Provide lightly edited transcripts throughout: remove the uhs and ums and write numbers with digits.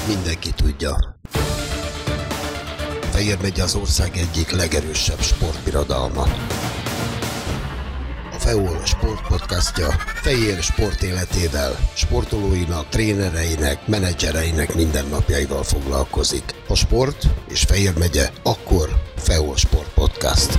mindenki tudja. Fejér megye az ország egyik legerősebb sportbirodalma. A FEOL sportpodcastja Fejér sportéletével, sportolóinak, trénereinek, menedzsereinek mindennapjaival foglalkozik. A sport és Fejér megye, akkor FEOL sportpodcast.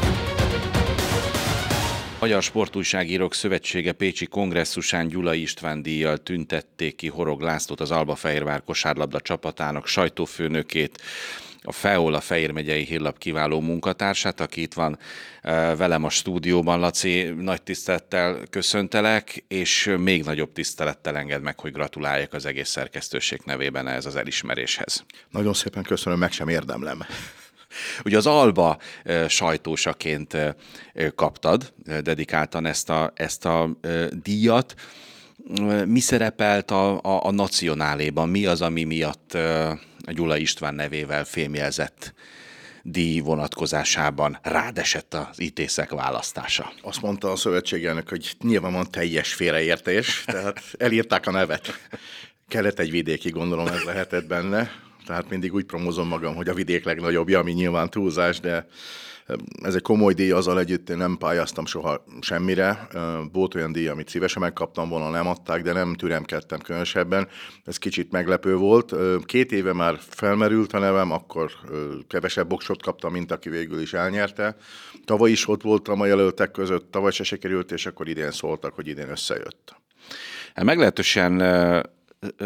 Magyar Sportújságírók Szövetsége pécsi kongresszusán Gyulai István díjjal tüntették ki Horog Lászlót, az Albafehérvár kosárlabda csapatának sajtófőnökét, a FEOL, a Fejér megyei hírlap kiváló munkatársát, aki itt van velem a stúdióban. Laci, nagy tisztelettel köszöntelek, és még nagyobb tisztelettel engedd meg, hogy gratuláljak az egész szerkesztőség nevében ehhez az elismeréshez. Nagyon szépen köszönöm, meg sem érdemlem. Ugye az Alba sajtósaként kaptad dedikáltan ezt a díjat. Mi szerepelt a nacionáléban? Mi az, ami miatt a Gyulai István nevével fémjelzett díj vonatkozásában rád esett az ítészek választása? Azt mondta a szövetségelnök, hogy nyilván van teljes félreértés, tehát elírták a nevet. Kellett egy vidéki, gondolom ez lehetett benne. Tehát mindig úgy promózom magam, hogy a vidék legnagyobbja, ami nyilván túlzás, de ez egy komoly díj, azzal együtt én nem pályáztam soha semmire. Volt olyan díj, amit szívesen megkaptam volna, nem adták, de nem türemkedtem különösebben. Ez kicsit meglepő volt. 2 éve már felmerült a nevem, akkor kevesebb boksot kaptam, mint aki végül is elnyerte. Tavaly is ott voltam a jelöltek között, tavaly se sikerült, és akkor idén szóltak, hogy idén összejött. Meglehetősen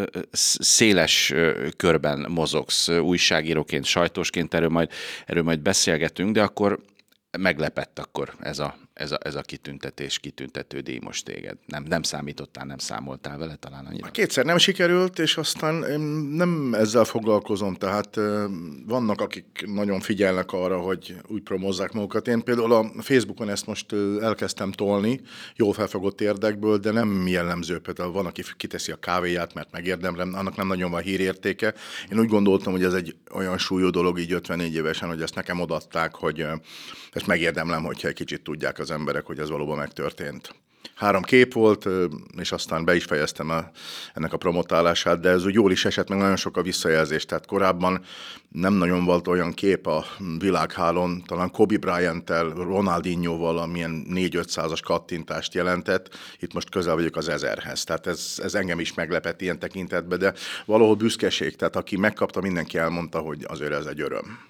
széles körben mozogsz, újságíróként, sajtósként, erről majd beszélgetünk, de akkor meglepett akkor ez a kitüntető díj most téged. Nem számítottál, nem számoltál vele talán annyira? 2-szer nem sikerült, és aztán én nem ezzel foglalkozom, tehát vannak, akik nagyon figyelnek arra, hogy úgy promózzák magukat. Én például a Facebookon ezt most elkezdtem tolni, jól felfogott érdekből, de nem jellemző. Például van, aki kiteszi a kávéját, mert megérdemlem, annak nem nagyon van hírértéke. Én úgy gondoltam, hogy ez egy olyan súlyú dolog így 54 évesen, hogy ezt nekem odaadták, hogy ezt megérdemlem, hogyha egy kicsit tudják az emberek, hogy ez valóban megtörtént. 3 kép volt, és aztán be is fejeztem ennek a promotálását, de ez úgy jól is esett, meg nagyon sok a visszajelzés. Tehát korábban nem nagyon volt olyan kép a világhálón, talán Kobe Bryant-tel, Ronaldinhoval, amilyen 4-500-as kattintást jelentett. Itt most közel vagyok az 1000-hez. Tehát ez engem is meglepett ilyen tekintetben, de valahol büszkeség. Tehát aki megkapta, mindenki elmondta, hogy azért ez egy öröm.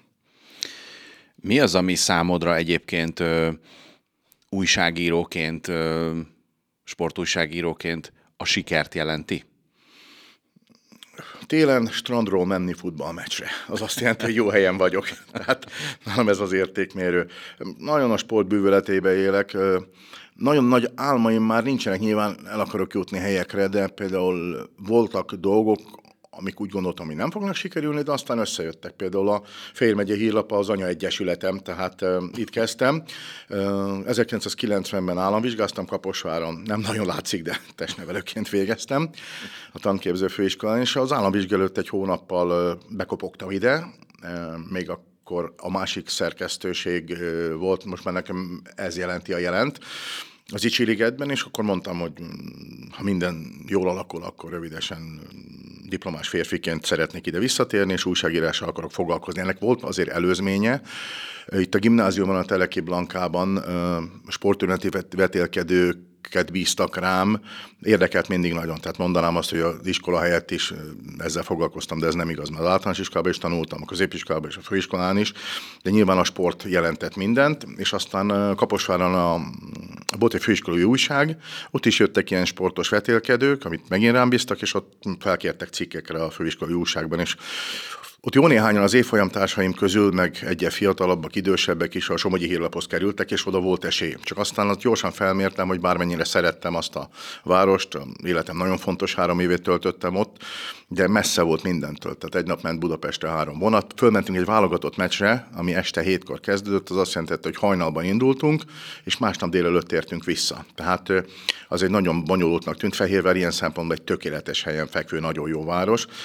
Mi az, ami számodra egyébként újságíróként, sportújságíróként a sikert jelenti? Télen strandról menni futballmeccsre. Az azt jelenti, hogy jó helyen vagyok. Tehát nálam ez az értékmérő. Nagyon a sport bűvöletében élek. Nagyon nagy álmaim már nincsenek, nyilván el akarok jutni helyekre, de például voltak dolgok, amik úgy gondoltam, hogy nem fognak sikerülni, de aztán összejöttek. Például a Fejér megye hírlapa az anyaegyesületem, tehát itt kezdtem. 1990-ben államvizsgáztam Kaposváron, nem nagyon látszik, de testnevelőként végeztem a tanképző főiskolán, és az államvizsga előtt egy hónappal bekopogtam ide, még akkor a másik szerkesztőség volt, most már nekem ez jelenti a jelent, az Icsi Ligetben, és akkor mondtam, hogy ha minden jól alakul, akkor rövidesen diplomás férfiként szeretnék ide visszatérni, és újságírással akarok foglalkozni. Ennek volt azért előzménye. Itt a gimnáziumban, a Teleki Blankában sportörületi vetélkedőket bíztak rám. Érdekelt mindig nagyon. Tehát mondanám azt, hogy az iskola helyett is ezzel foglalkoztam, de ez nem igaz, mert az általános iskolában is tanultam, a középiskolában és a főiskolán is, de nyilván a sport jelentett mindent, és aztán Kaposváron volt egy főiskolai újság, ott is jöttek ilyen sportos vetélkedők, amit megint rám bíztak, és ott felkértek cikkekre a főiskolai újságban, és ott jó néhányan az évfolyamtársaim közül, meg egyre fiatalabbak, idősebbek is a Somogyi Hírlaphoz kerültek, és oda volt esély. Csak aztán azt gyorsan felmértem, hogy bármennyire szerettem azt a várost, életem nagyon fontos 3 évét töltöttem ott, de messze volt mindentől. Tehát egy nap ment Budapestre 3 vonat. Fölmentünk egy válogatott meccsre, ami este 7-kor kezdődött, az azt jelenti, hogy hajnalban indultunk, és másnap délelőtt tértünk vissza. Tehát az egy nagyon bonyolultnak tűnt. Fehérvár ilyen szempontból egy tökéletes helyen fekvő, nagyon jó város.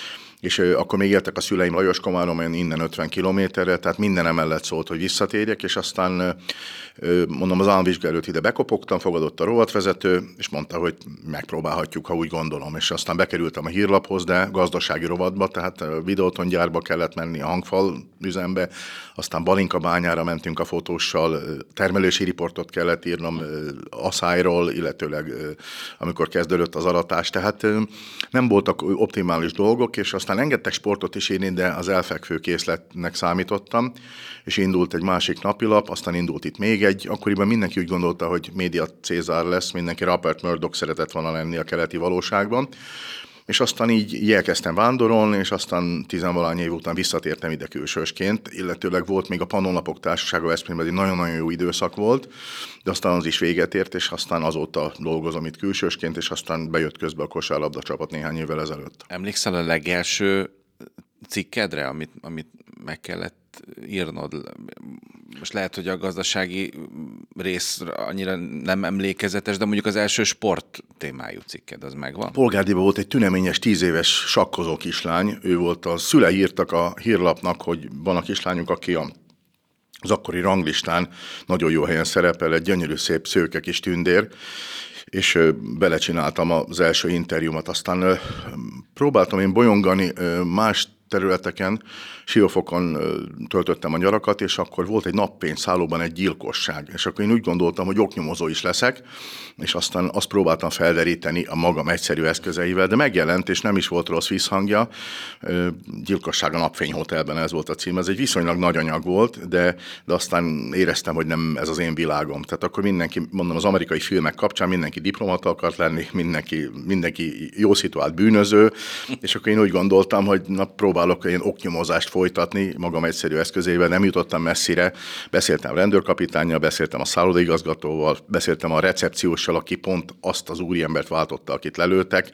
és akkor még éltek a szüleim Lajos-Komárom, innen 50 kilométerre, tehát minden emellett szólt, hogy visszatérjek, és aztán mondom, az államvizsgálót ide bekopogtam, fogadott a rovatvezető, és mondta, hogy megpróbálhatjuk, ha úgy gondolom, és aztán bekerültem a hírlaphoz, de gazdasági rovatba, tehát videótongyárba kellett menni, a hangfal üzembe, aztán Balinkabányára mentünk a fotóssal, termelési riportot kellett írnom aszályról, illetőleg amikor kezdődött az aratás, tehát nem voltak optimális dolgok, és aztán engedtek sportot is írni, de az elfekvő készletnek számítottam, és indult egy másik napilap, aztán indult itt még egy, akkoriban mindenki úgy gondolta, hogy média Cézár lesz, mindenki Rupert Murdoch szeretett volna lenni a keleti valóságban, és aztán így elkezdtem vándorolni, és aztán 10-valahány év után visszatértem ide külsősként, illetőleg volt még a Pannonlapok Társasága Veszprémben, egy nagyon-nagyon jó időszak volt, de aztán az is véget ért, és aztán azóta dolgozom itt külsősként, és aztán bejött közbe a kosárlabda csapat néhány évvel ezelőtt. Emlékszel a legelső cikkedre, amit meg kellett írnod? Most lehet, hogy a gazdasági rész annyira nem emlékezetes, de mondjuk az első sport témájú cikked, az megvan? Polgárdíban volt egy tüneményes 10 éves sakkozó kislány, ő volt, a szülei írtak a hírlapnak, hogy van a kislányunk, aki az akkori ranglistán nagyon jó helyen szerepel, egy gyönyörű szép szőke kis tündér, és belecsináltam az első interjúmat. Aztán próbáltam én bolyongani más területeken, Siófokon töltöttem a nyarakat, és akkor volt egy nappénzszállóban egy gyilkosság, és akkor én úgy gondoltam, hogy oknyomozó is leszek, és aztán azt próbáltam felderíteni a magam egyszerű eszközeivel, de megjelent, és nem is volt rossz visszhangja. Gyilkosság a Napfényhotelben, ez volt a cím, ez egy viszonylag nagy anyag volt, de aztán éreztem, hogy nem ez az én világom. Tehát akkor mindenki, mondom, az amerikai filmek kapcsán mindenki diplomata akart lenni, mindenki jó szituált bűnöző, és akkor én úgy gondoltam, hogy próbálok ilyen oknyomozást folytatni magam egyszerű eszközével, nem jutottam messzire. Beszéltem rendőrkapitánnyal, beszéltem a szállodaigazgatóval, beszéltem a recepcióssal, aki pont azt az úriembert váltotta, akit lelőttek,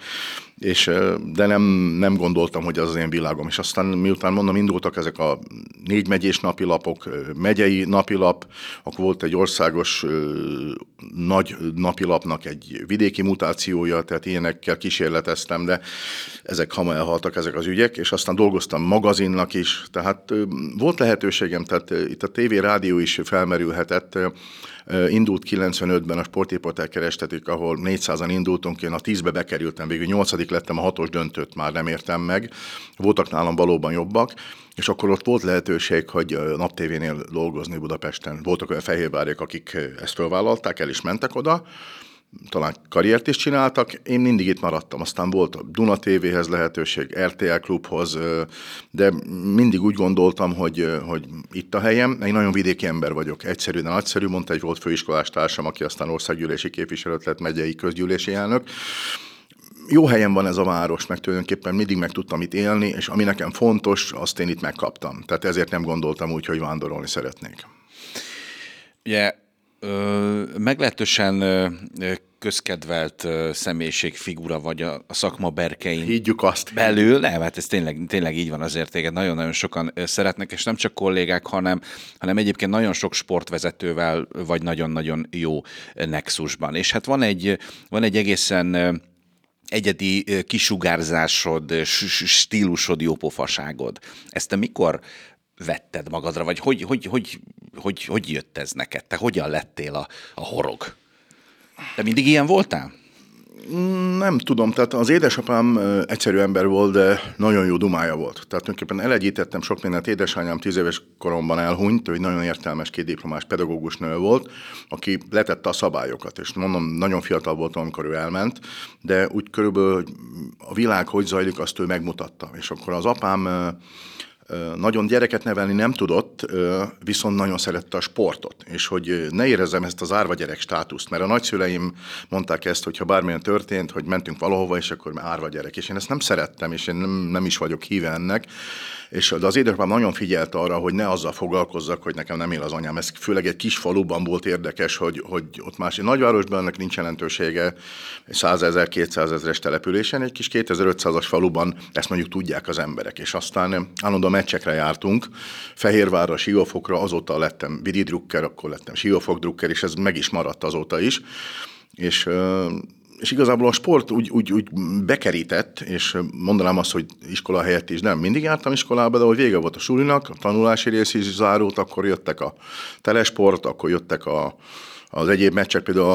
de nem gondoltam, hogy az az én világom. És aztán miután mondom, indultak ezek a 4 megyés napilapok, megyei napilap, akkor volt egy országos nagy napilapnak egy vidéki mutációja, tehát ilyenekkel kísérleteztem, de ezek hamar elhaltak, ezek az ügyek, és aztán dolgoztam magazinnak is, tehát volt lehetőségem, tehát itt a TV, rádió is felmerülhetett. Indult 95-ben a sportriporter kerestetük, ahol 400-an indultunk, én a 10-be bekerültem, végül 8. lettem, a 6-os döntőt már nem értem meg. Voltak nálam valóban jobbak, és akkor ott volt lehetőség, hogy Nap TV-nél dolgozni Budapesten. Voltak olyan fehérváriak, akik ezt felvállalták, el is mentek oda, talán karriert is csináltak, én mindig itt maradtam. Aztán volt a Duna TV-hez lehetőség, RTL Klubhoz, de mindig úgy gondoltam, hogy itt a helyem. Én nagyon vidéki ember vagyok, egyszerű, de nagyszerű, mondta egy volt főiskolás társam, aki aztán országgyűlési képviselőt lett, megyei közgyűlési elnök. Jó helyen van ez a város, meg tulajdonképpen mindig meg tudtam itt élni, és ami nekem fontos, azt én itt megkaptam. Tehát ezért nem gondoltam úgy, hogy vándorolni szeretnék. Ugye, meglehetősen közkedvelt személyiségfigura vagy a szakma berkein. Higgyük azt. Belül, nem, hát ez tényleg így van, azért téged nagyon-nagyon sokan szeretnek, és nem csak kollégák, hanem egyébként nagyon sok sportvezetővel vagy nagyon-nagyon jó nexusban. És hát van egy egészen egyedi kisugárzásod, stílusod, jópofaságod. Ezt te mikor vetted magadra, vagy hogy jött ez neked? Te hogyan lettél a horog? Te mindig ilyen voltál? Nem tudom, tehát az édesapám egyszerű ember volt, de nagyon jó dumája volt. Tehát tulajdonképpen elegyítettem sok mindent, édesanyám 10 éves koromban elhunyt, ő egy nagyon értelmes, 2 diplomás pedagógus nő volt, aki letette a szabályokat, és mondom, nagyon fiatal voltam, amikor ő elment, de úgy körülbelül a világ hogy zajlik, azt ő megmutatta. És akkor az apám nagyon gyereket nevelni nem tudott, viszont nagyon szerette a sportot, és hogy ne érezzem ezt az árva gyerek státuszt, mert a nagyszüleim mondták ezt, hogyha bármilyen történt, hogy mentünk valahova, és akkor árva gyerek, és én ezt nem szerettem, és én nem is vagyok híve ennek, de az édesapám nagyon figyelt arra, hogy ne azzal foglalkozzak, hogy nekem nem él az anyám. Ez főleg egy kis faluban volt érdekes, hogy ott más egy nagyvárosban ennek nincs jelentősége, 100 000, 200 000-es településen, egy kis 2500-as faluban ezt mondjuk tudják az emberek. És aztán állandóan meccsekre jártunk, Fehérvárra, Siófokra, azóta lettem vididrukker, akkor lettem Siófok drukker, és ez meg is maradt azóta is. És És igazából a sport úgy bekerített, és mondanám azt, hogy iskola helyett is nem mindig jártam iskolába, de hogy vége volt a sulinak, a tanulási rész is zárult, akkor jöttek a telesport, akkor jöttek az egyéb meccsek, például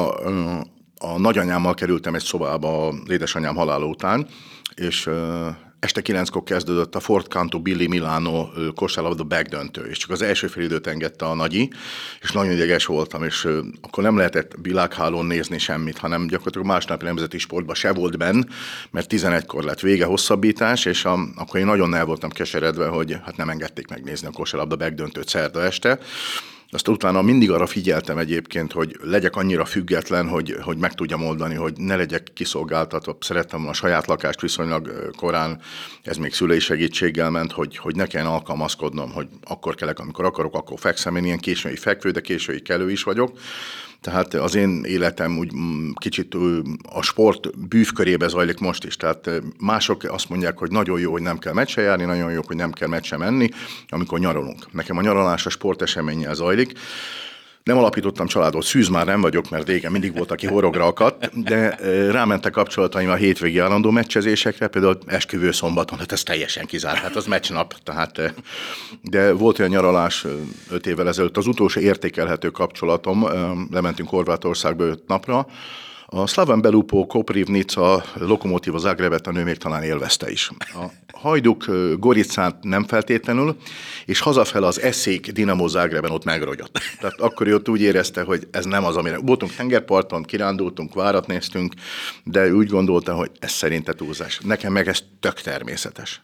a nagyanyámmal kerültem egy szobába az édesanyám halála után, és este 9-kor kezdődött a Fort Canto Billy Milano kosárlabda megdöntő, és csak az első félidőt engedte a nagyi, és nagyon ideges voltam, és akkor nem lehetett világhálón nézni semmit, hanem gyakorlatilag másnap nemzeti sportban se volt benn, mert 11-kor lett vége, hosszabbítás, és akkor én nagyon el voltam keseredve, hogy hát nem engedték megnézni a kosárlabda megdöntőt szerda este. Aztán utána mindig arra figyeltem egyébként, hogy legyek annyira független, hogy meg tudjam oldani, hogy ne legyek kiszolgáltatva. Szerettem a saját lakást viszonylag korán, ez még szülei segítséggel ment, hogy ne kelljen alkalmazkodnom, hogy akkor kelek, amikor akarok, akkor fekszem. Én ilyen késői fekvő, de késői kelő is vagyok. Tehát az én életem úgy kicsit a sport bűvkörébe zajlik most is. Tehát mások azt mondják, hogy nagyon jó, hogy nem kell meccse járni, nagyon jó, hogy nem kell meccse menni, amikor nyaralunk. Nekem a nyaralás a sporteseménnyel zajlik. Nem alapítottam családot, szűz már nem vagyok, mert régen mindig volt, aki horogra akadt, de rámentek kapcsolataim a hétvégi állandó meccsezésekre, például esküvő szombaton, hát ez teljesen kizárt, hát az meccsnap, tehát, de volt olyan nyaralás 5 évvel ezelőtt, az utolsó értékelhető kapcsolatom, lementünk Horvátországba 5 napra, a Slaven Belupo, Koprivnica, Lokomotíva Zagrebet a nő még talán élvezte is. A Hajduk Goricát nem feltétlenül, és hazafele az Eszék Dinamo Zagreben ott megrogyott. Tehát akkor ő ott úgy érezte, hogy ez nem az, amire... Voltunk tengerparton, kirándultunk, várat néztünk, de ő úgy gondolta, hogy ez szerinte túlzás. Nekem meg ez tök természetes.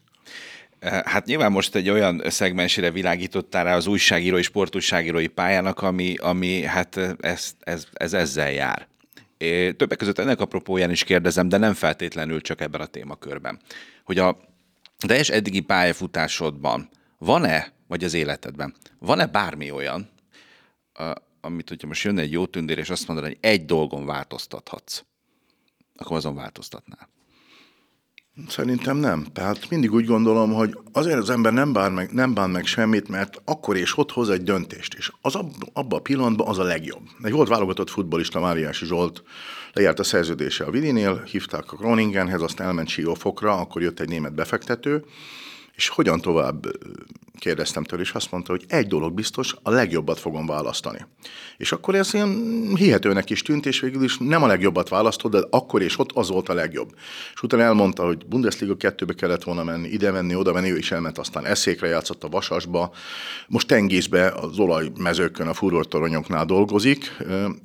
Hát nyilván most egy olyan szegmensére világítottál rá az újságírói, sportújságírói pályának, ami hát ez ezzel jár. Többek között ennek apropóján is kérdezem, de nem feltétlenül csak ebben a témakörben, hogy a teljes eddigi pályafutásodban van-e, vagy az életedben, van-e bármi olyan, amit, hogyha most jönne egy jó tündér, és azt mondaná, hogy egy dolgon változtathatsz, akkor azon változtatnál? Szerintem nem. Tehát mindig úgy gondolom, hogy azért az ember nem bán meg semmit, mert akkor és ott hoz egy döntést, és az abban a pillanatban az a legjobb. Egy volt válogatott futballista, Máriási Zsolt, lejárt a szerződése a Vidinél, hívták a Groningenhez, aztán elment Siófokra, akkor jött egy német befektető, és hogyan tovább kérdeztem tőle, és azt mondta, hogy egy dolog biztos, a legjobbat fogom választani. És akkor ez ilyen hihetőnek is tűnt, és végül is nem a legjobbat választott, de akkor és ott az volt a legjobb. És utána elmondta, hogy Bundesliga 2-be kellett volna menni, ide menni, oda menni, ő is elment, aztán Eszékre játszott, a Vasasba, most Tengiszbe, az olajmezőkön, a furortoronyoknál dolgozik,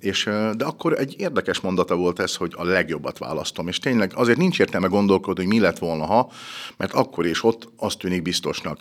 de akkor egy érdekes mondata volt ez, hogy a legjobbat választom. És tényleg azért nincs értelme gondolkodni, hogy mi lett volna, ha, mert akkor és ott azt tűnik biztosnak.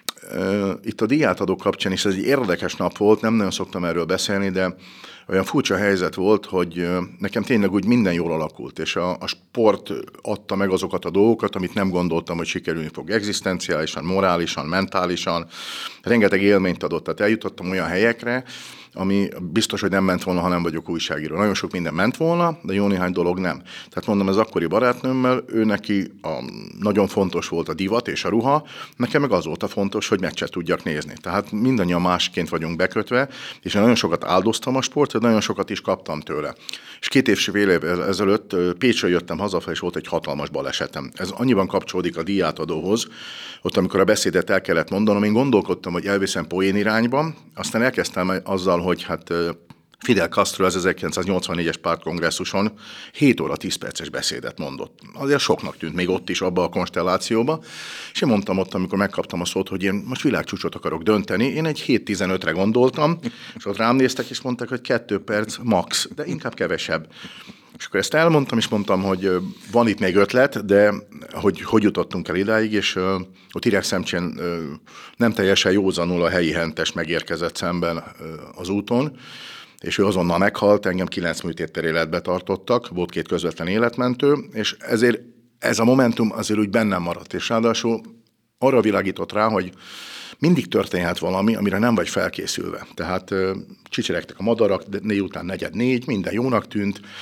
Itt a díjátadó kapcsán is ez egy érdekes nap volt, nem nagyon szoktam erről beszélni, de olyan furcsa helyzet volt, hogy nekem tényleg úgy minden jól alakult, és a sport adta meg azokat a dolgokat, amit nem gondoltam, hogy sikerülni fog egzisztenciálisan, morálisan, mentálisan. Rengeteg élményt adott, tehát eljutottam olyan helyekre, ami biztos, hogy nem ment volna, ha nem vagyok újságíró. Nagyon sok minden ment volna, de jó néhány dolog nem. Tehát mondom, az akkori barátnőmmel, ő neki nagyon fontos volt a divat és a ruha, nekem meg az volt a fontos, hogy meccset tudjak nézni. Tehát mindannyian másként vagyunk bekötve, és én nagyon sokat áldoztam a sportot, nagyon sokat is kaptam tőle. És 2 év ezelőtt Pécsről jöttem hazafelé, és volt egy hatalmas balesetem. Ez annyiban kapcsolódik a díjátadóhoz, ott amikor a beszédet el kellett mondanom, én gondolkodtam, hogy elviszem poén irányba, aztán elkezdtem azzal, hogy hát Fidel Castro az 1984-es pártkongresszuson 7 óra 10 perces beszédet mondott. Azért soknak tűnt még ott is, abba a konstellációba. És én mondtam ott, amikor megkaptam a szót, hogy én most világcsúcsot akarok dönteni. Én egy 7-15-re gondoltam, és ott rám néztek, és mondták, hogy 2 perc max, de inkább kevesebb. És akkor ezt elmondtam, és mondtam, hogy van itt még ötlet, de hogy jutottunk el idáig, és ott Ireg-Szemcsén nem teljesen józanul a helyi hentes megérkezett szemben az úton, és ő azonnal meghalt, engem 9 műtéttel életbe tartottak, volt 2 közvetlen életmentő, és ezért ez a momentum azért úgy bennem maradt, és ráadásul arra világított rá, hogy mindig történhet valami, amire nem vagy felkészülve. Tehát csicseregtek a madarak, de 4 után 4:44, minden jónak tűnt,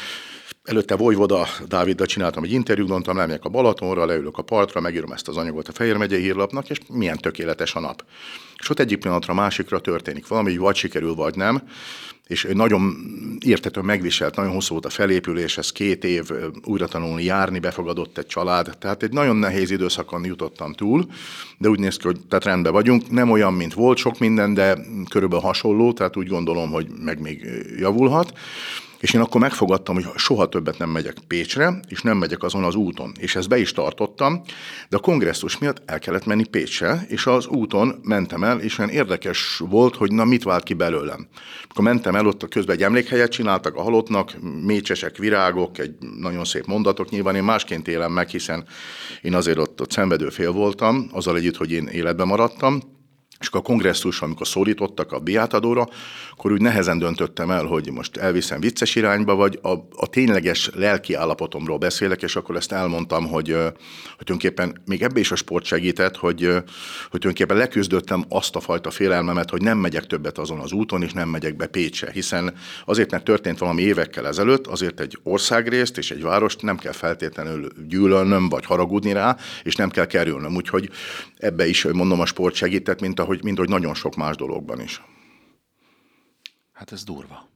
Előtte Vojvoda Dáviddal csináltam egy interjút, mondtam, lemegyek a Balatonra, leülök a partra, megírom ezt az anyagot a Fejér megyei hírlapnak, és milyen tökéletes a nap. És ott egyik pillanatra másikra történik valami, vagy sikerül, vagy nem, és nagyon értetően megviselt, nagyon hosszú volt a felépülés, ez 2 év újra tanulni, járni, befogadott egy család, tehát egy nagyon nehéz időszakon jutottam túl, de úgy néz ki, hogy tehát rendben vagyunk, nem olyan, mint volt sok minden, de körülbelül hasonló, tehát úgy gondolom, hogy meg még javulhat. És én akkor megfogadtam, hogy soha többet nem megyek Pécsre, és nem megyek azon az úton. És ezt be is tartottam, de a kongresszus miatt el kellett menni Pécsre, és az úton mentem el, és olyan érdekes volt, hogy na mit vált ki belőlem. Akkor mentem el, ott közben egy emlékhelyet csináltak a halottnak, mécsesek, virágok, egy nagyon szép mondatok. Nyilván én másként élem meg, hiszen én azért ott szenvedő fél voltam, azzal együtt, hogy én életben maradtam. És akkor a kongresszus, amikor szólítottak a Beátadóra, akkor úgy nehezen döntöttem el, hogy most elviszem vicces irányba, vagy a tényleges lelki állapotomról beszélek, és akkor ezt elmondtam, hogy tulajdonképpen még ebbe is a sport segített, hogy tulajdonképpen leküzdöttem azt a fajta félelmemet, hogy nem megyek többet azon az úton, és nem megyek be Pécsre, hiszen azért, mert történt valami évekkel ezelőtt, azért egy országrészt és egy várost nem kell feltétlenül gyűlölnöm, vagy haragudni rá, és nem kell kerülnöm. Úgyhogy ebbe is, mondom, a sport segített, mint ahogy nagyon sok más dologban is. Hát ez durva.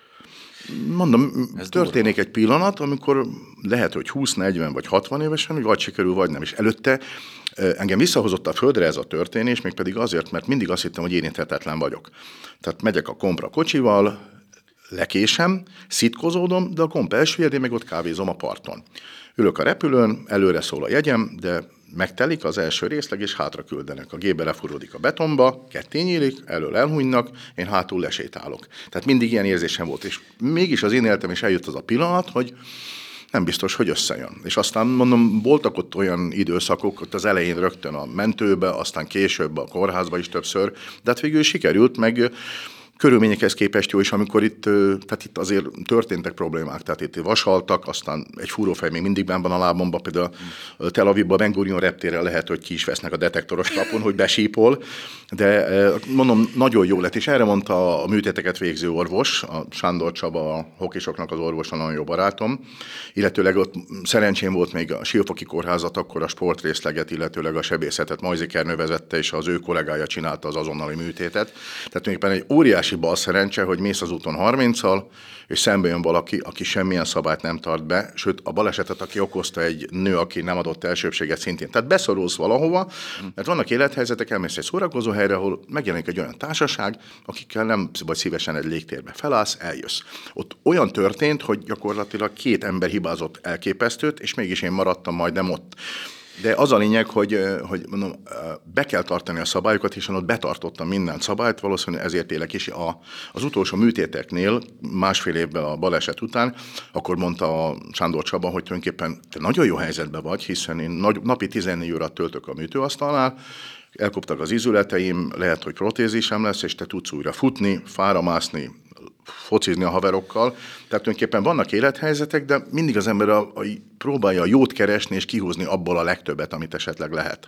Mondom, ez történik durva. egy pillanat, amikor lehet, hogy 20, 40 vagy 60 évesen, hogy vagy sikerül, vagy nem. És előtte engem visszahozott a földre ez a történés, mégpedig azért, mert mindig azt hittem, hogy érinthetetlen vagyok. Tehát megyek a kompra kocsival, lekésem, szitkozódom, de a komp elsüllyed, én meg ott kávézom a parton. Ülök a repülőn, előre szól a jegyem, de megtelik az első részleg, és hátra küldenek. A gép belefúródik a betonba, ketté nyílik, elől elhunynak, én hátul lesétálok. Tehát mindig ilyen érzésem volt, és mégis az én életem is eljött az a pillanat, hogy nem biztos, hogy összejön. És aztán mondom, voltak ott olyan időszakok, ott az elején rögtön a mentőbe, aztán később a kórházba is többször, de hát végül sikerült, meg körülményekhez képest jó is, amikor tehát itt azért történtek problémák, tehát itt vasaltak, aztán egy fúrófej még mindig benn van a lábomba, például Tel Avivban, Ben Gurion reptérre lehet, hogy ki is vesznek a detektoros kapon, hogy besípol, de mondom, nagyon jó lett, és erre mondta a műtéteket végző orvos, a Sándor Csaba, a hokisoknak az orvosa, nagyon jó barátom, illetőleg ott szerencsém volt még a Siófoki kórházat, akkor a sportrészleget, illetőleg a sebészetet Majzik Ernő vezette, és az ő kollégája csinálta az azonnali műtétet. Tehát tulajdonképpen egy óriási bal szerencse, hogy mész az úton 30-al, és szembe jön valaki, aki semmilyen szabályt nem tart be, sőt a balesetet, aki okozta, egy nő, aki nem adott elsőbséget szintén. Tehát beszorulsz valahova, mert vannak élethelyzetek, elmész egy szórakozó helyre, ahol megjelenik egy olyan társaság, akikkel nem vagy szívesen egy légtérbe felállsz, eljössz. Ott olyan történt, hogy gyakorlatilag 2 ember hibázott elképesztőt, és mégis én maradtam majdnem ott. De az a lényeg, hogy mondom, be kell tartani a szabályokat, hiszen ott betartottam minden szabályt, valószínűleg ezért élek is. Az utolsó műtéteknél, másfél évvel a baleset után, akkor mondta a Sándor Csaba, hogy tulajdonképpen te nagyon jó helyzetben vagy, hiszen én napi 14 órát töltök a műtőasztalnál, elkoptak az izületeim, lehet, hogy protézisem lesz, és te tudsz újra futni, fára mászni, focizni a haverokkal. Tehát tulajdonképpen vannak élethelyzetek, de mindig az ember próbálja a jót keresni és kihúzni abból a legtöbbet, amit esetleg lehet.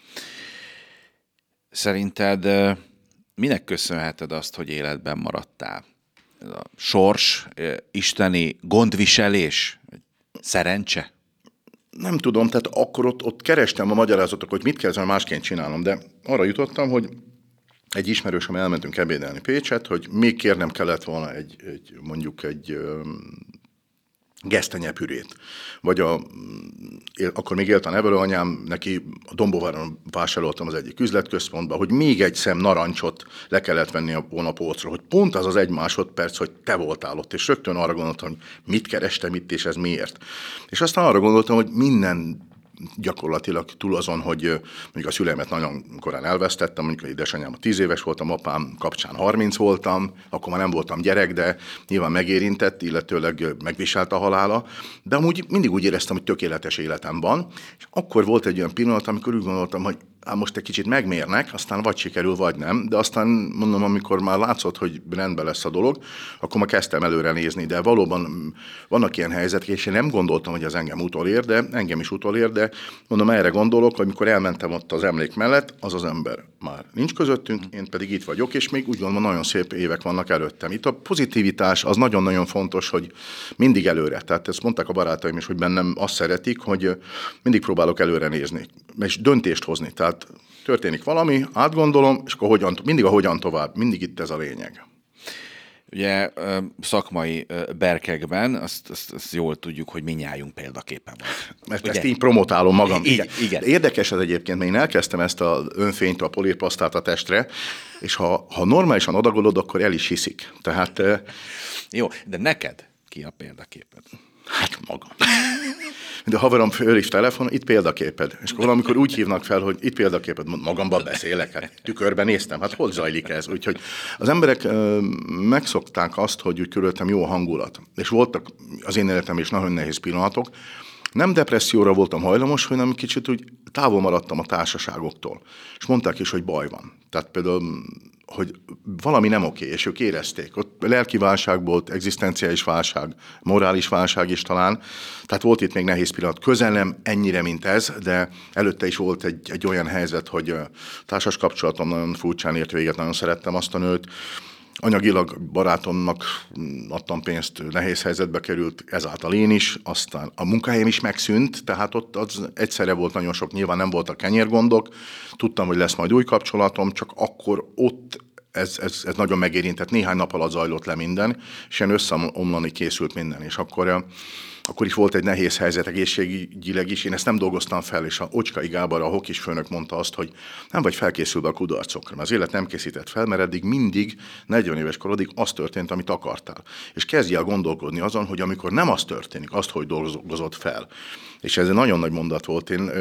Szerinted minek köszönheted azt, hogy életben maradtál? Ez a sors, isteni gondviselés, szerencse? Nem tudom, tehát akkor ott kerestem a magyarázatot, hogy mit kell másként csinálnom, de arra jutottam, hogy egy ismerősöm elmentünk ebédelni Pécset, hogy még kérnem kellett volna mondjuk egy gesztenyepürét. Vagy akkor még élt a nevelőanyám, neki a Dombóváron vásároltam az egyik üzletközpontba, hogy még egy szem narancsot le kellett venni volna a polcról, hogy pont az 1 másodperc, hogy te voltál ott, és rögtön arra gondoltam, hogy mit kerestem itt, és ez miért. És aztán arra gondoltam, hogy minden gyakorlatilag túl azon, hogy mondjuk a szüleimet nagyon korán elvesztettem, mondjuk az édesanyám 10 éves voltam, apám kapcsán 30 voltam, akkor már nem voltam gyerek, de nyilván megérintett, illetőleg megviselt a halála, de amúgy mindig úgy éreztem, hogy tökéletes életem van, és akkor volt egy olyan pillanat, amikor úgy gondoltam, hogy most egy kicsit megmérnek, aztán vagy sikerül, vagy nem, de aztán mondom, amikor már látszott, hogy rendben lesz a dolog, akkor már kezdtem előre nézni, de valóban vannak ilyen helyzetek, és én nem gondoltam, hogy ez engem utolér, de engem is utolér, de mondom, erre gondolok, hogy amikor elmentem ott az emlék mellett, az az ember már nincs közöttünk, én pedig itt vagyok, és még úgy gondolom, nagyon szép évek vannak előttem. Itt a pozitivitás az nagyon-nagyon fontos, hogy mindig előre. Tehát ezt mondták a barátaim is, hogy bennem azt szeretik, hogy mindig próbálok előre nézni, és döntést hozni. Tehát történik valami, átgondolom, és akkor mindig a hogyan tovább, mindig itt ez a lényeg. Ugye szakmai berkekben azt jól tudjuk, hogy minnyájunk példaképpen van. Ezt így promotálom magam. Igen. Érdekes ez egyébként, mert én elkezdtem ezt az önfényt, a polírpasztát a testre, és ha normálisan odagolod, akkor el is hiszik. Tehát... Jó, de neked ki a példaképed? Hát magam. De a haverom fölhív telefonon, itt példaképed. És akkor valamikor úgy hívnak fel, hogy itt példaképed, magamban beszélek, hát tükörben néztem, hát hol zajlik ez? Úgyhogy az emberek megszokták azt, hogy úgy körülöttem jó a hangulat. És voltak az én életem is nagyon nehéz pillanatok. Nem depresszióra voltam hajlamos, hanem kicsit úgy távol maradtam a társaságoktól. És mondták is, hogy baj van. Tehát például, hogy valami nem oké, és ők érezték. Ott lelki válság volt, egzisztenciális válság, morális válság is talán. Tehát volt itt még nehéz pillanat. Közel nem ennyire, mint ez, de előtte is volt egy olyan helyzet, hogy társas kapcsolatom nagyon furcsán ért véget, nagyon szerettem azt a nőt. Anyagilag barátomnak adtam pénzt, nehéz helyzetbe került, ezáltal én is, aztán a munkahelyem is megszűnt, tehát ott az egyszerre volt nagyon sok, nyilván nem voltak kenyérgondok, tudtam, hogy lesz majd új kapcsolatom, csak akkor ott ez nagyon megérintett, néhány nap alatt zajlott le minden, és ilyen összeomlani készült minden, és akkor is volt egy nehéz helyzet egészségügyileg is, én ezt nem dolgoztam fel, és a Ocskai Gábor, a hokis főnök mondta azt, hogy nem vagy felkészülve a kudarcokra, mert az élet nem készített fel, mert eddig mindig, 40 éves korodig az történt, amit akartál. És kezdj el gondolkodni azon, hogy amikor nem az történik, azt, hogy dolgozott fel. És ez egy nagyon nagy mondat volt. Én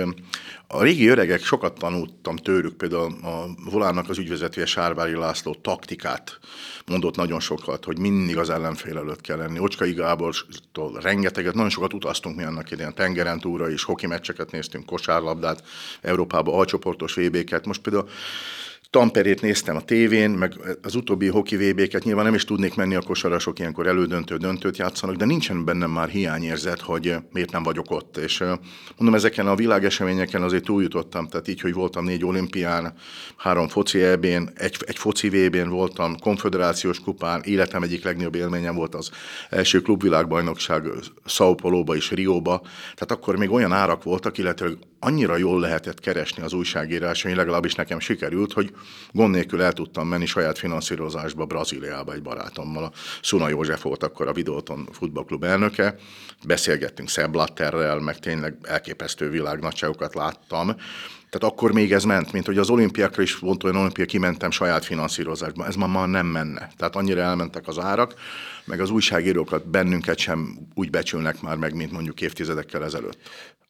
a régi öregek, sokat tanultam tőlük, például a Volánnak az ügyvezetője Sárvári László taktikát mondott nagyon sokat, hogy mindig az ellenfél előtt kell lenni. Ocskai Gábortól rengeteget, nagyon sokat utaztunk mi annak idején, tengeren túlra is, hoki meccseket néztünk, kosárlabdát, Európában alcsoportos VB-ket. Most például Tamperét néztem a tévén, meg az utóbbi hoki VB-ket, nyilván nem is tudnék menni, a kosarasok ilyenkor döntőt játszanak, de nincsen bennem már hiányérzet, hogy miért nem vagyok ott. És mondom, ezeken a világeseményeken azért túljutottam, tehát így, hogy voltam 4 olimpián, 3 foci EB-n, egy foci VB-n voltam, konföderációs kupán, életem egyik legnagyobb élményem volt az első klubvilágbajnokság São Pauloba és Rióba, tehát akkor még olyan árak voltak, illetve annyira jól lehetett keresni az újságírás, hogy legalábbis nekem sikerült, hogy gond nélkül el tudtam menni saját finanszírozásba Brazíliába egy barátommal. A Szuna József volt akkor a Videóton futballklub elnöke. Beszélgettünk Sepp Blatterrel, meg tényleg elképesztő világnagyságokat láttam. Tehát akkor még ez ment, mint hogy az olimpiákra is volt olyan olimpia, kimentem saját finanszírozásba. Ez már nem menne. Tehát annyira elmentek az árak, meg az újságírókat, bennünket sem úgy becsülnek már meg, mint mondjuk évtizedekkel ezelőtt.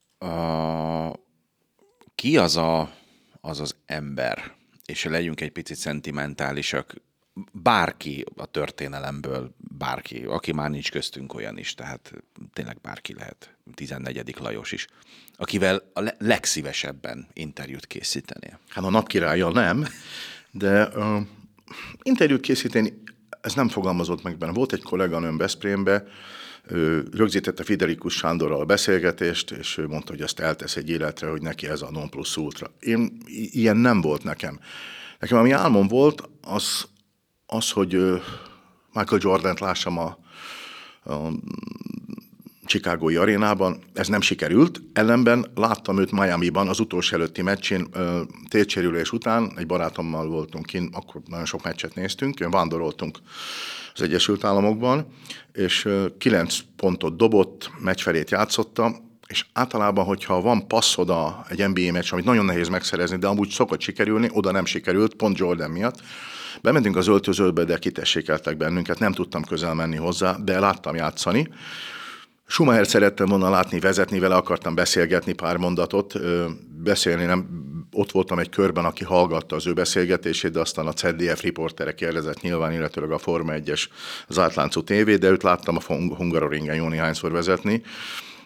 Ki az az ember, és legyünk egy picit szentimentálisak, bárki a történelemből, bárki, aki már nincs köztünk olyan is, tehát tényleg bárki lehet, 14. Lajos is, akivel a legszívesebben interjút készítenél? Hát a napkirállyal nem, de interjút készíteni, ez nem fogalmazott meg benne. Volt egy kolléganőm Veszprémbe, rögzítette Friderikus Sándorral a beszélgetést, és ő mondta, hogy ezt eltesz egy életre, hogy neki ez a non plus ultra. Ilyen nem volt nekem. Nekem ami álmom volt, az hogy Michael Jordant lássam a Chicagói arénában, ez nem sikerült, ellenben láttam őt Miamiban az utolsó előtti meccsén, tércsérülés után, egy barátommal voltunk kint, akkor nagyon sok meccset néztünk, vándoroltunk az Egyesült Államokban, és 9 pontot dobott, meccsfelét játszotta, és általában, hogyha van passzod egy NBA meccs, amit nagyon nehéz megszerezni, de amúgy szokott sikerülni, oda nem sikerült, pont Jordan miatt. Bementünk az öltözőbe, de kitessékeltek bennünket, nem tudtam közel menni hozzá, de láttam játszani. Schumacher szerettem volna látni, vezetni vele, akartam beszélgetni pár mondatot, beszélni nem. Ott voltam egy körben, aki hallgatta az ő beszélgetését, de aztán a ZDF riportere kérdezett nyilván, illetőleg a Forma 1-es az Átláncú TV, de őt láttam a Hungaroringen jó néhányszor vezetni.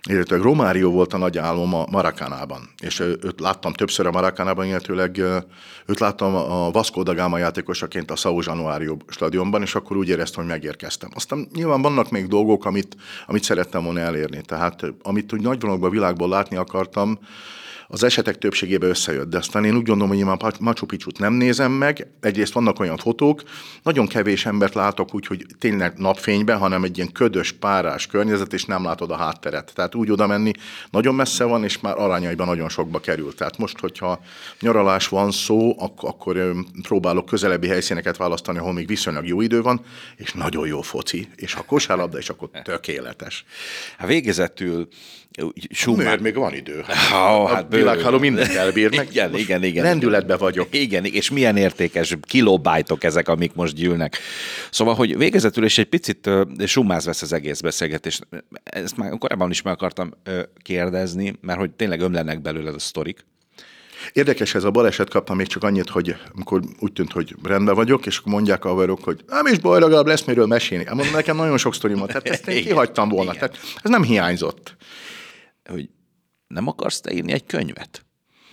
illetve Romário volt a nagy álmom a Maracanában, és őt láttam többször a Maracanában, illetőleg őt láttam a Vasco da Gama játékosaként a São Januário stadionban, és akkor úgy éreztem, hogy megérkeztem. Aztán nyilván vannak még dolgok, amit szerettem volna elérni, tehát amit úgy nagyvonalakban a világból látni akartam, az esetek többségében összejött, de aztán én úgy gondolom, hogy én már Machu Picchut nem nézem meg. Egyrészt vannak olyan fotók, nagyon kevés embert látok úgy, hogy tényleg napfényben, hanem egy ilyen ködös, párás környezet, és nem látod a hátteret. Tehát úgy oda menni nagyon messze van, és már arányaiban nagyon sokba kerül. Tehát most, hogyha nyaralás van szó, akkor próbálok közelebbi helyszíneket választani, ahol még viszonylag jó idő van, és nagyon jó foci, és a kosárlabda, és akkor tökéletes. Hát végezetül Miért még van idő? Hát világháló mindent elbír meg. Igen. Lendületben vagyok. Igen, és milyen értékes kilobájtok ezek, amik most gyűlnek. Szóval, hogy végezetül is egy picit summáz vesz az egész beszélgetés. Ezt már korábban is meg akartam kérdezni, mert hogy tényleg ömlenek belőle a sztorik. Érdekes ez a baleset, kaptam még csak annyit, hogy amikor úgy tűnt, hogy rendben vagyok, és akkor mondják a haverok, hogy nem is baj, legalább lesz miről mesélni. Mondom, nekem nagyon sok sztorim van, tehát ezt én kihagytam volna. Tehát ez nem hiányzott. Hogy nem akarsz te írni egy könyvet?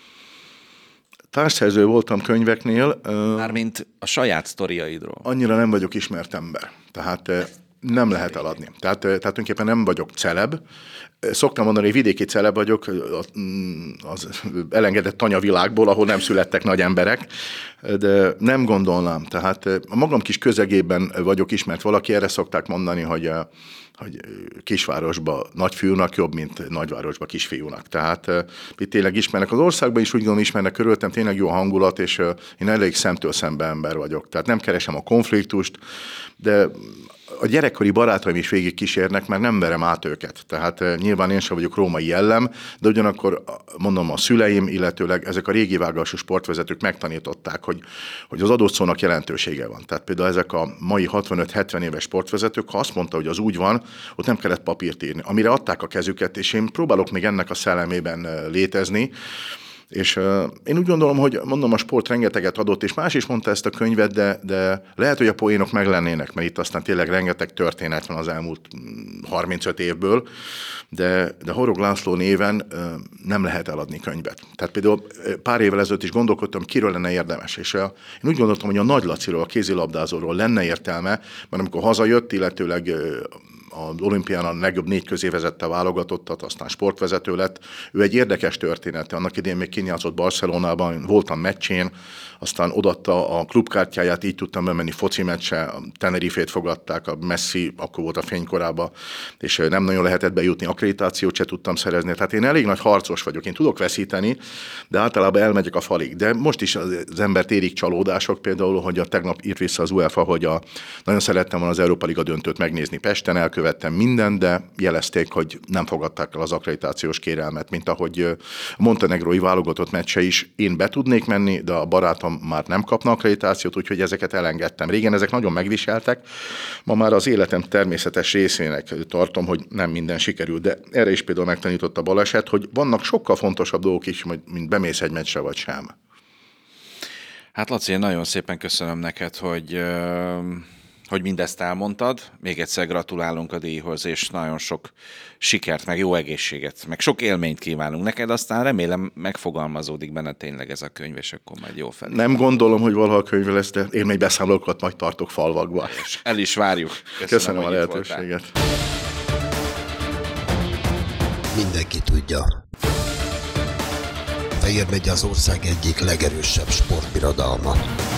Társszerző voltam könyveknél. Mármint a saját sztoriaidról. Annyira nem vagyok ismert ember. Tehát nem lehet eladni. Tehát tulajdonképpen nem vagyok celeb. Szoktam mondani, hogy vidéki celeb vagyok az elengedett tanyavilágból, ahol nem születtek nagy emberek, de nem gondolnám. Tehát a magam kis közegében vagyok ismert valaki, erre szokták mondani, hogy kisvárosba nagyfiúnak jobb, mint nagyvárosba kisfiúnak. Tehát itt tényleg ismernek az országban is, úgy gondolom ismernek körülöttem, tényleg jó hangulat, és én elég szemtől szembe ember vagyok. Tehát nem keresem a konfliktust, de a gyerekkori barátaim is végig kísérnek, mert nem verem át őket. Tehát nyilván én sem vagyok római jellem, de ugyanakkor mondom, a szüleim, illetőleg ezek a régi vágású sportvezetők megtanították, hogy az adott szónak jelentősége van. Tehát például ezek a mai 65-70 éves sportvezetők, ha azt mondta, hogy az úgy van, ott nem kellett papírt írni. Amire adták a kezüket, és én próbálok még ennek a szellemében létezni, és én úgy gondolom, hogy mondom, a sport rengeteget adott, és más is mondta ezt a könyvet, de lehet, hogy a poénok meg lennének, mert itt aztán tényleg rengeteg történet van az elmúlt 35 évből, de Horog László néven nem lehet eladni könyvet. Tehát például pár évvel ezelőtt is gondolkodtam, kiről lenne érdemes, és én úgy gondoltam, hogy a Nagy Laciról, a kézilabdázóról lenne értelme, mert amikor hazajött, illetőleg az olimpián a legjobb 4 közé vezette a válogatottat, aztán sportvezető lett. Ő egy érdekes története. Annak idén még kinyátszott Barcelonában, voltam meccsén, aztán odaadta a klubkártyáját, így tudtam bemenni foci meccse, a Tenerifét fogadták, a Messi akkor volt a fénykorában, és nem nagyon lehetett bejutni, akkreditációt se tudtam szerezni. Tehát én elég nagy harcos vagyok, én tudok veszíteni, de általában elmegyek a falig. De most is az embert érik csalódások, például, hogy tegnap írt vissza az UEFA, hogy nagyon szerettem volna az Európa Liga döntőt megnézni Pesten, elkövettem mindent, de jelezték, hogy nem fogadták el az akkreditációs kérelmet, mint ahogy a montenegrói válogatott meccse is. Én be tudnék menni, de a barátom már nem kapna akkreditációt, úgyhogy ezeket elengedtem. Régen ezek nagyon megviseltek, ma már az életem természetes részének tartom, hogy nem minden sikerül, de erre is például megtanított a baleset, hogy vannak sokkal fontosabb dolgok is, mint bemész egy meccsre vagy sem. Hát Laci, én nagyon szépen köszönöm neked, hogy mindezt elmondtad. Még egyszer gratulálunk a díjhoz, és nagyon sok sikert, meg jó egészséget, meg sok élményt kívánunk neked, aztán remélem megfogalmazódik benne tényleg ez a könyv, és akkor majd jó felé. Nem gondolom, hogy valaha könyve lesz, de én még beszámolókat majd tartok falvakba. El is várjuk. Köszönöm a lehetőséget. Mindenki tudja. Fejér megye az ország egyik legerősebb sportbirodalma.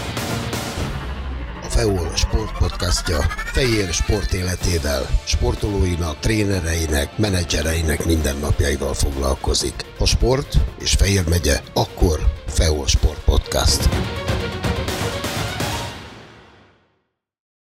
A FEOL sportpodcastja Fejér sport életével, sportolóinak, trénereinek, menedzsereinek mindennapjaival foglalkozik. A sport és Fejér megye, akkor FEOL Sport Podcast.